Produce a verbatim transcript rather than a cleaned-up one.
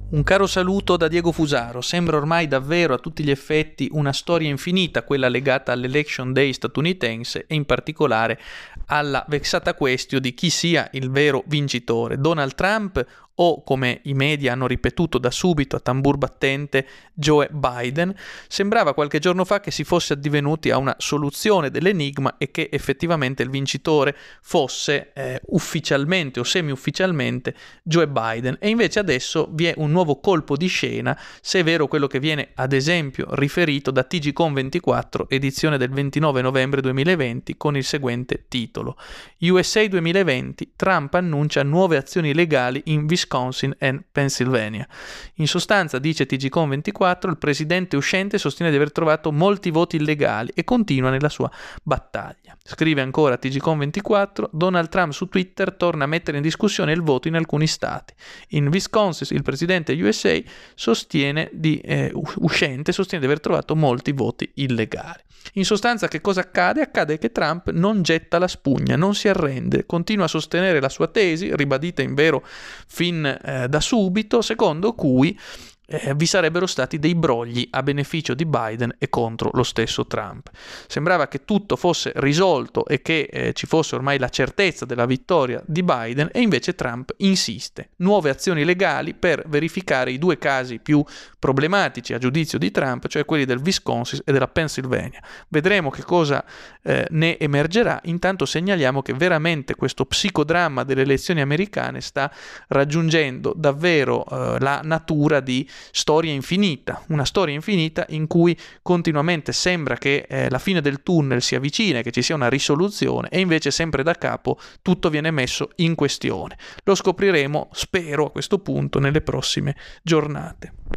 Un caro saluto da Diego Fusaro. Sembra ormai davvero a tutti gli effetti una storia infinita quella legata all'Election Day statunitense e in particolare alla vexata question di chi sia il vero vincitore, Donald Trump o, come i media hanno ripetuto da subito a tambur battente, Joe Biden. Sembrava qualche giorno fa che si fosse addivenuti a una soluzione dell'enigma e che effettivamente il vincitore fosse eh, ufficialmente o semi-ufficialmente Joe Biden, e invece adesso vi è un nuovo colpo di scena, se è vero quello che viene ad esempio riferito da T G Con ventiquattro, edizione del ventinove novembre duemilaventi, con il seguente titolo: U S A duemilaventi, Trump annuncia nuove azioni legali in Wisconsin e Pennsylvania. In sostanza, dice T G Con ventiquattro, il presidente uscente sostiene di aver trovato molti voti illegali e continua nella sua battaglia. Scrive ancora T G Con ventiquattro, Donald Trump su Twitter torna a mettere in discussione il voto in alcuni stati. In Wisconsin il presidente U S A sostiene di, eh, uscente sostiene di aver trovato molti voti illegali. In sostanza, che cosa accade? Accade che Trump non getta la spugna, non si arrende, continua a sostenere la sua tesi, ribadita in vero fin eh, da subito, secondo cui Eh, vi sarebbero stati dei brogli a beneficio di Biden e contro lo stesso Trump. Sembrava che tutto fosse risolto e che eh, ci fosse ormai la certezza della vittoria di Biden, e invece Trump insiste. Nuove azioni legali per verificare i due casi più problematici a giudizio di Trump, cioè quelli del Wisconsin e della Pennsylvania. Vedremo che cosa eh, ne emergerà. Intanto segnaliamo che veramente questo psicodramma delle elezioni americane sta raggiungendo davvero eh, la natura di storia infinita, una storia infinita in cui continuamente sembra che eh, la fine del tunnel sia vicina, che ci sia una risoluzione, e invece sempre da capo tutto viene messo in questione. Lo scopriremo, spero, a questo punto nelle prossime giornate.